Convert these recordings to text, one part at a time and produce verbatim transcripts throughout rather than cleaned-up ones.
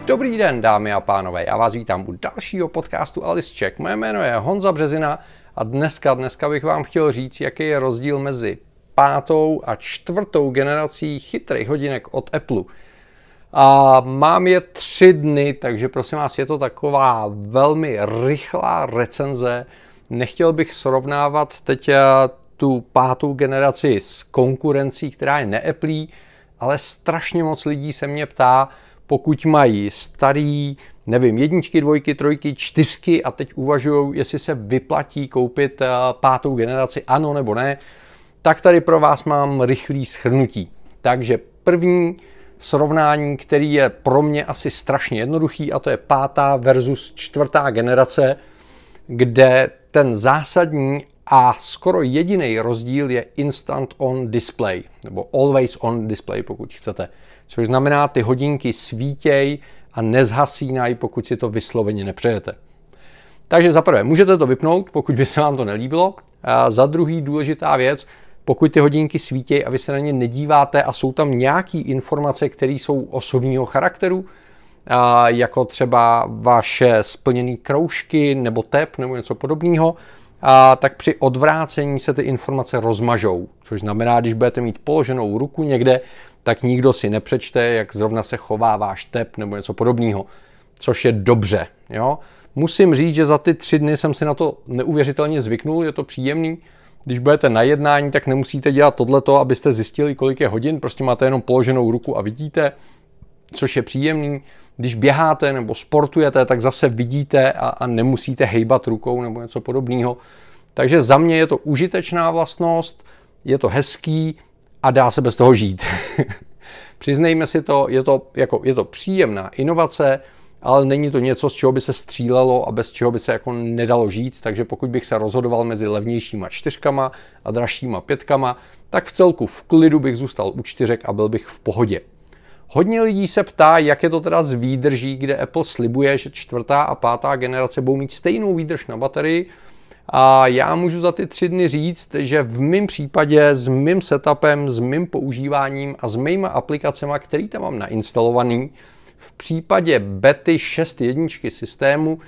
Dobrý den, dámy a pánové, já vás vítám u dalšího podcastu Alice Check. Moje jméno je Honza Březina a dneska, dneska bych vám chtěl říct, jaký je rozdíl mezi pátou a čtvrtou generací chytrých hodinek od Apple. A mám je tři dny, takže prosím vás, je to taková velmi rychlá recenze. Nechtěl bych srovnávat teď tu pátou generaci s konkurencí, která je neapplí, ale strašně moc lidí se mě ptá, pokud mají starý, nevím, jedničky, dvojky, trojky, čtyřky a teď uvažují, jestli se vyplatí koupit pátou generaci, ano nebo ne, tak tady pro vás mám rychlý shrnutí. Takže první srovnání, který je pro mě asi strašně jednoduchý, a to je pátá versus čtvrtá generace, kde ten zásadní a skoro jediný rozdíl je Instant On Display, nebo Always On Display, pokud chcete. Což znamená, ty hodinky svítěj a nezhasínají, pokud si to vysloveně nepřejete. Takže za prvé, můžete to vypnout, pokud by se vám to nelíbilo. A za druhý důležitá věc, pokud ty hodinky svítějí a vy se na ně nedíváte a jsou tam nějaké informace, které jsou osobního charakteru, a jako třeba vaše splněné kroužky nebo tep nebo něco podobného, a tak při odvrácení se ty informace rozmažou. Což znamená, když budete mít položenou ruku někde, tak nikdo si nepřečte, jak zrovna se chová váš tep nebo něco podobného. Což je dobře. Jo? Musím říct, že za ty tři dny jsem si na to neuvěřitelně zvyknul, je to příjemný. Když budete na jednání, tak nemusíte dělat tohleto, abyste zjistili, kolik je hodin, prostě máte jenom položenou ruku a vidíte, což je příjemný. Když běháte nebo sportujete, tak zase vidíte a, a nemusíte hejbat rukou nebo něco podobného. Takže za mě je to užitečná vlastnost, je to hezký a dá se bez toho žít. Přiznejme si to, je to, jako, je to příjemná inovace, ale není to něco, z čeho by se střílelo a bez čeho by se jako nedalo žít. Takže pokud bych se rozhodoval mezi levnějšíma čtyřkama a dražšíma pětkama, tak v celku v klidu bych zůstal u čtyřek a byl bych v pohodě. Hodně lidí se ptá, jak je to teda s výdrží, kde Apple slibuje, že čtvrtá a pátá generace budou mít stejnou výdrž na baterii. A já můžu za ty tři dny říct, že v mém případě s mým setupem, s mým používáním a s mýma aplikacemi, který tam mám nainstalovaný, v případě bety šest tečka jedna systému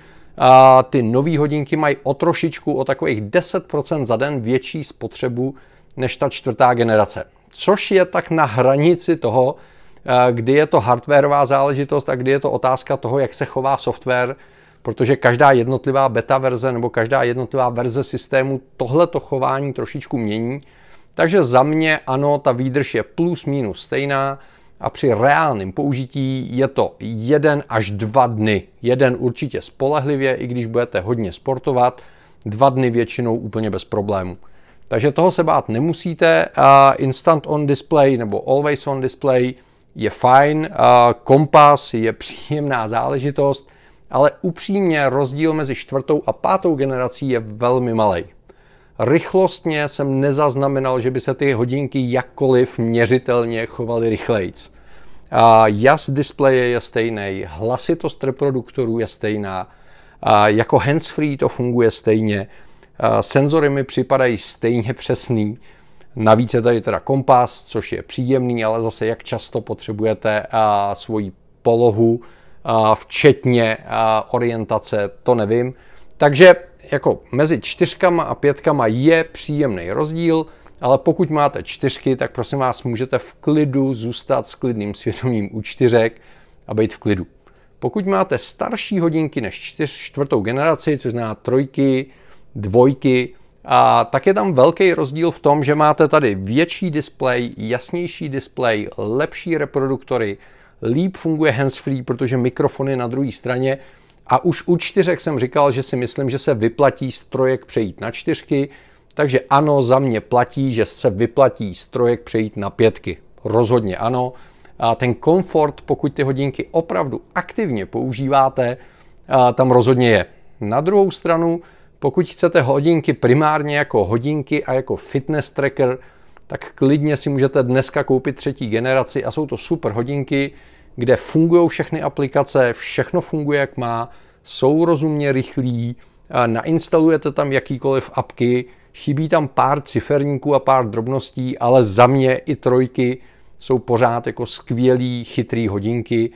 a ty nové hodinky mají o trošičku, o takových deset procent za den větší spotřebu než ta čtvrtá generace. Což je tak na hranici toho, kdy je to hardwarová záležitost a kdy je to otázka toho, jak se chová software, protože každá jednotlivá beta verze nebo každá jednotlivá verze systému tohleto chování trošičku mění. Takže za mě ano, ta výdrž je plus minus stejná a při reálném použití je to jeden až dva dny. Jeden určitě spolehlivě, i když budete hodně sportovat, dva dny většinou úplně bez problému. Takže toho se bát nemusíte. Instant On Display nebo Always On Display je fajn, kompas je příjemná záležitost, ale upřímně rozdíl mezi čtvrtou a pátou generací je velmi malý. Rychlostně jsem nezaznamenal, že by se ty hodinky jakkoliv měřitelně chovaly rychlejc. Jas displeje je stejný, hlasitost reproduktorů je stejná, jako handsfree to funguje stejně, senzory mi připadají stejně přesný. Navíc je tady teda kompas, což je příjemný, ale zase jak často potřebujete a, svoji polohu, a, včetně a, orientace, to nevím. Takže jako mezi čtyřkama a pětkama je příjemný rozdíl, ale pokud máte čtyřky, tak prosím vás, můžete v klidu zůstat s klidným svědomím u čtyřek a být v klidu. Pokud máte starší hodinky než čtyř, čtvrtou generaci, což znamená trojky, dvojky, a tak je tam velký rozdíl v tom, že máte tady větší displej, jasnější displej, lepší reproduktory, líp funguje handsfree, protože mikrofon je na druhé straně. A už u čtyřek jsem říkal, že si myslím, že se vyplatí z trojek přejít na čtyřky, takže ano, za mě platí, že se vyplatí z trojek přejít na pětky. Rozhodně ano. A ten komfort, pokud ty hodinky opravdu aktivně používáte, tam rozhodně je. Na druhou stranu, pokud chcete hodinky primárně jako hodinky a jako fitness tracker, tak klidně si můžete dneska koupit třetí generaci a jsou to super hodinky, kde fungují všechny aplikace, všechno funguje jak má, jsou rozumně rychlí, nainstalujete tam jakýkoliv apky, chybí tam pár ciferníků a pár drobností, ale za mě i trojky jsou pořád jako skvělý, chytrý hodinky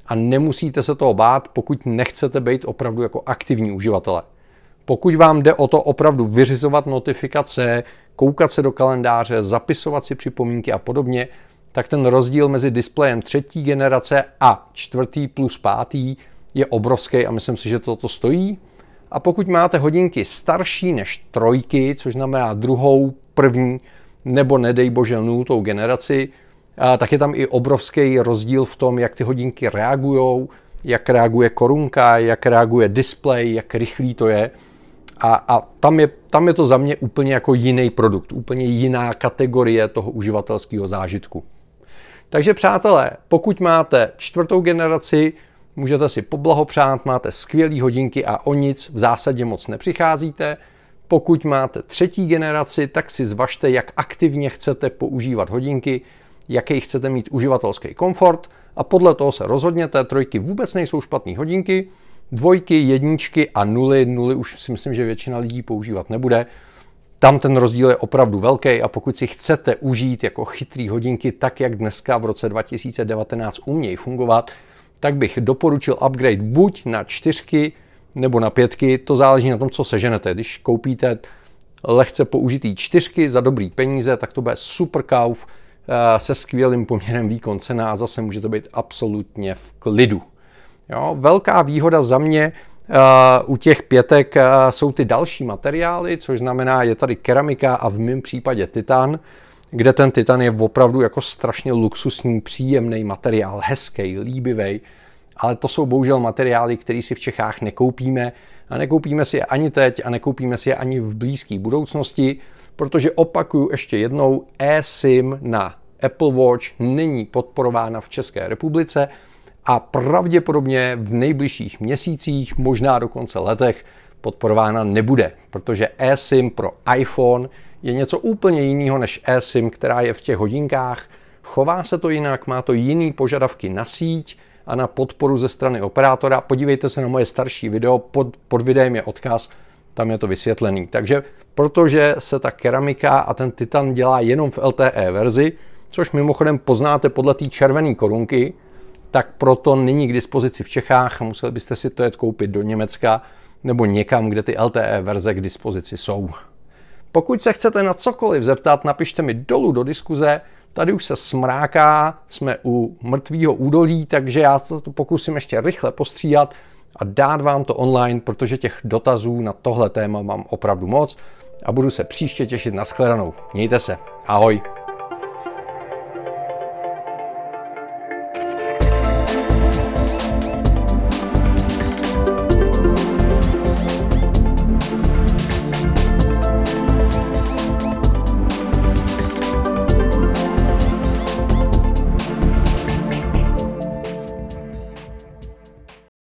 a nemusíte se toho bát, pokud nechcete být opravdu jako aktivní uživatelé. Pokud vám jde o to opravdu vyřizovat notifikace, koukat se do kalendáře, zapisovat si připomínky a podobně, tak ten rozdíl mezi displejem třetí generace a čtvrtý plus pátý je obrovský a myslím si, že toto stojí. A pokud máte hodinky starší než trojky, což znamená druhou, první nebo nedej bože nultou generaci, tak je tam i obrovský rozdíl v tom, jak ty hodinky reagujou, jak reaguje korunka, jak reaguje displej, jak rychlý to je. A, a tam, je, tam je to za mě úplně jako jiný produkt, úplně jiná kategorie toho uživatelského zážitku. Takže přátelé, pokud máte čtvrtou generaci, můžete si poblahopřát, máte skvělé hodinky a o nic v zásadě moc nepřicházíte. Pokud máte třetí generaci, tak si zvažte, jak aktivně chcete používat hodinky, jaký chcete mít uživatelský komfort a podle toho se rozhodněte. Trojky vůbec nejsou špatné hodinky, dvojky, jedničky a nuly, nuly už si myslím, že většina lidí používat nebude. Tam ten rozdíl je opravdu velký a pokud si chcete užít jako chytrý hodinky tak, jak dneska v roce dva tisíce devatenáct umějí fungovat, tak bych doporučil upgrade buď na čtyřky nebo na pětky, to záleží na tom, co seženete. Když koupíte lehce použitý čtyřky za dobrý peníze, tak to bude super kauf se skvělým poměrem výkon cena a zase může to být absolutně v klidu. Jo, velká výhoda za mě uh, u těch pětek uh, jsou ty další materiály, což znamená, je tady keramika a v mém případě titan, kde ten titan je opravdu jako strašně luxusní, příjemný materiál, hezký, líbivý, ale to jsou bohužel materiály, které si v Čechách nekoupíme a nekoupíme si je ani teď a nekoupíme si je ani v blízké budoucnosti, protože opakuju ještě jednou, eSIM na Apple Watch není podporována v České republice a pravděpodobně v nejbližších měsících, možná dokonce letech, podporována nebude, protože eSIM pro iPhone je něco úplně jiného než eSIM, která je v těch hodinkách. Chová se to jinak, má to jiný požadavky na síť a na podporu ze strany operátora. Podívejte se na moje starší video, pod, pod videem je odkaz, tam je to vysvětlený. Takže protože se ta keramika a ten titan dělá jenom v L T E verzi, což mimochodem poznáte podle té červené korunky, tak proto není k dispozici v Čechách a museli byste si to jet koupit do Německa nebo někam, kde ty L T E verze k dispozici jsou. Pokud se chcete na cokoliv zeptat, napište mi dolů do diskuze. Tady už se smráká, jsme u mrtvého údolí, takže já to pokusím ještě rychle postříhat a dát vám to online, protože těch dotazů na tohle téma mám opravdu moc a budu se příště těšit na shledanou. Mějte se. Ahoj.